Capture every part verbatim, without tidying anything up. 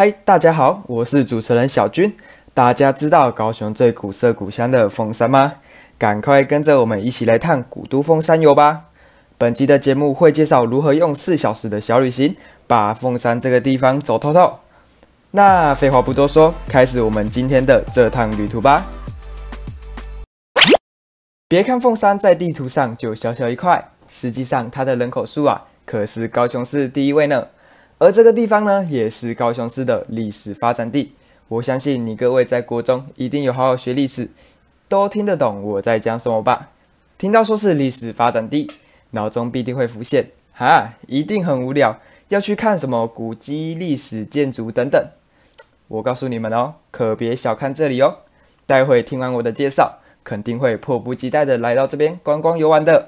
嗨，大家好，我是主持人小军。大家知道高雄最古色古香的凤山吗？赶快跟着我们一起来趟古都凤山游吧！本集的节目会介绍如何用四小时的小旅行，把凤山这个地方走透透。那废话不多说，开始我们今天的这趟旅途吧。别看凤山在地图上就小小一块，实际上它的人口数啊，可是高雄市第一位呢。而这个地方呢，也是高雄市的历史发展地。我相信你各位在国中一定有好好学历史，都听得懂我在讲什么吧？听到说是历史发展地，脑中必定会浮现，哈，一定很无聊，要去看什么古迹、历史建筑等等。我告诉你们哦，可别小看这里哦。待会听完我的介绍，肯定会迫不及待的来到这边观光游玩的。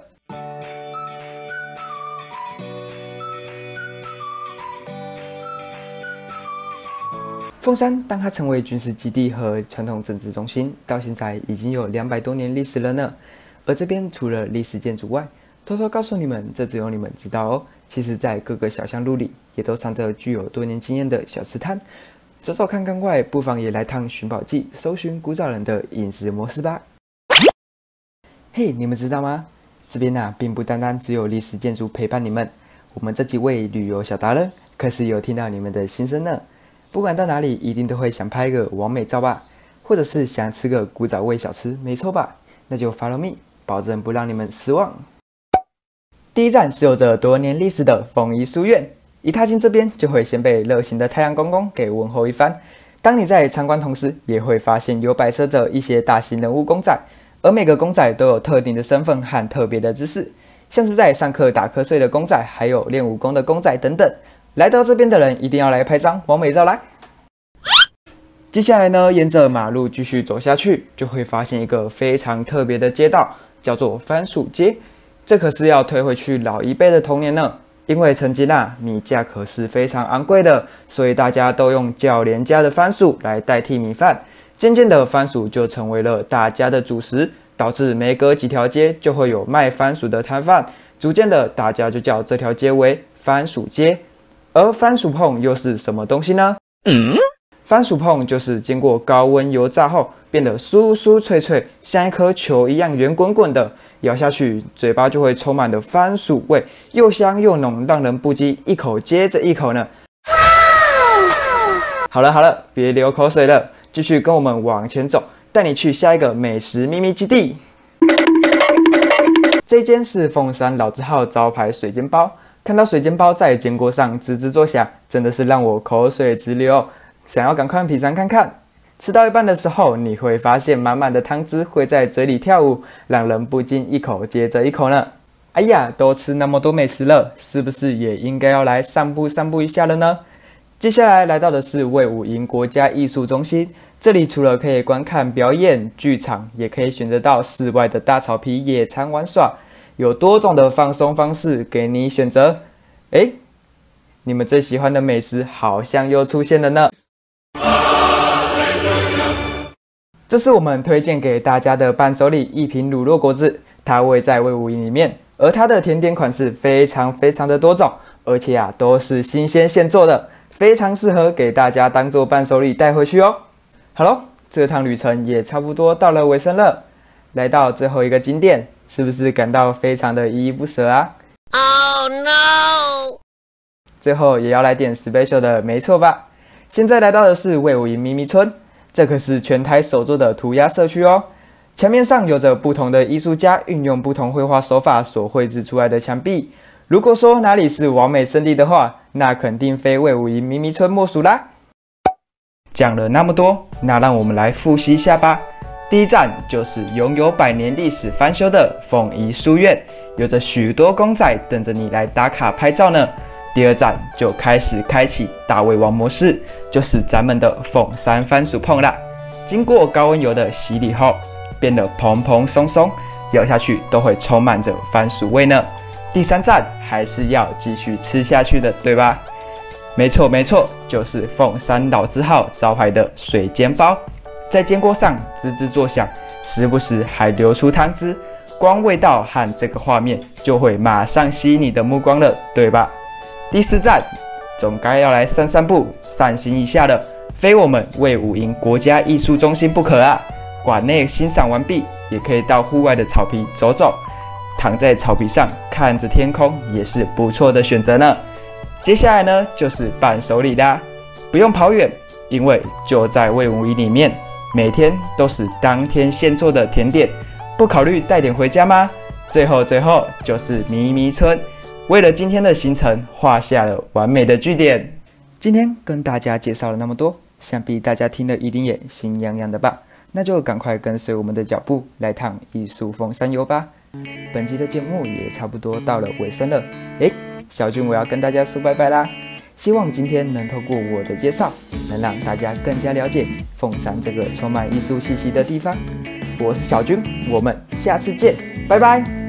凤山，当它成为军事基地和传统政治中心，到现在已经有两百多年历史了呢。而这边除了历史建筑外，偷偷告诉你们，这只有你们知道哦。其实，在各个小巷路里，也都藏着具有多年经验的小吃摊。走走看看外，不妨也来趟寻宝记，搜寻古早人的饮食模式吧。嘿，你们知道吗？这边啊，并不单单只有历史建筑陪伴你们，我们这几位旅游小达人，可是有听到你们的心声呢。不管到哪里，一定都会想拍个完美照吧，或者是想吃个古早味小吃，没错吧？那就 follow me， 保证不让你们失望。第一站是有着多年历史的凤仪书院，一踏进这边就会先被热情的太阳公公给问候一番。当你在参观同时，也会发现有摆设着一些大型人物公仔，而每个公仔都有特定的身份和特别的姿势，像是在上课打瞌睡的公仔，还有练武功的公仔等等。来到这边的人一定要来拍张完美照啦！接下来呢，沿着马路继续走下去，就会发现一个非常特别的街道，叫做番薯街。这可是要推回去老一辈的童年呢，因为曾经啊，米价可是非常昂贵的，所以大家都用较廉价的番薯来代替米饭。渐渐的，番薯就成为了大家的主食，导致每隔几条街就会有卖番薯的摊贩。逐渐的，大家就叫这条街为番薯街。而番薯碰又是什么东西呢？嗯，番薯碰就是经过高温油炸后变得酥酥脆脆，像一颗球一样圆滚滚的，咬下去嘴巴就会充满了番薯味，又香又浓，让人不禁一口接着一口呢。好了好了，别流口水了，继续跟我们往前走，带你去下一个美食秘密基地。这间是凤山老字号招牌水煎包。看到水煎包在煎锅上滋滋作响，真的是让我口水直流，想要赶快品尝看看。吃到一半的时候，你会发现满满的汤汁会在嘴里跳舞，让人不禁一口接着一口呢。哎呀，都吃那么多美食了，是不是也应该要来散步散步一下了呢？接下来来到的是卫武营国家艺术中心，这里除了可以观看表演、剧场，也可以选择到室外的大草皮野餐玩耍。有多种的放松方式给你选择。诶，你们最喜欢的美食好像又出现了呢。这是我们推荐给大家的伴手礼一瓶乳酪果汁，它位在卫武营里面，而它的甜点款式非常非常的多种，而且啊都是新鲜现做的，非常适合给大家当做伴手礼带回去哦。好咯，这趟旅程也差不多到了尾声了，来到最后一个景点，是不是感到非常的依依不舍啊 ？Oh no！ 最后也要来点 special 的，没错吧？现在来到的是卫武营咪咪村，这可是全台首座的涂鸦社区哦。墙面上有着不同的艺术家运用不同绘画手法所绘制出来的墙壁。如果说哪里是完美圣地的话，那肯定非卫武营咪咪村莫属啦。讲了那么多，那让我们来复习一下吧。第一站就是拥有百年历史翻修的凤仪书院，有着许多公仔等着你来打卡拍照呢。第二站就开始开启大胃王模式，就是咱们的凤山番薯碰啦。经过高温油的洗礼后，变得蓬蓬松松，咬下去都会充满着番薯味呢。第三站还是要继续吃下去的，对吧？没错没错，就是凤山老字号招牌的水煎包。在煎锅上滋滋作响，时不时还流出汤汁，光味道和这个画面就会马上吸引你的目光了，对吧？第四站总该要来散散步、散心一下了，非我们卫武营国家艺术中心不可啊！馆内欣赏完毕，也可以到户外的草皮走走，躺在草皮上看着天空，也是不错的选择呢。接下来呢，就是伴手礼啦，不用跑远，因为就在卫武营里面，每天都是当天现做的甜点，不考虑带点回家吗？最后最后就是咪咪村，为了今天的行程画下了完美的句点。今天跟大家介绍了那么多，想必大家听了一定也心痒痒的吧？那就赶快跟随我们的脚步来趟艺术凤山游吧。本期的节目也差不多到了尾声了，诶，小俊我要跟大家说拜拜啦。希望今天能透过我的介绍，能让大家更加了解凤山这个充满艺术气息的地方。我是小军，我们下次见，拜拜。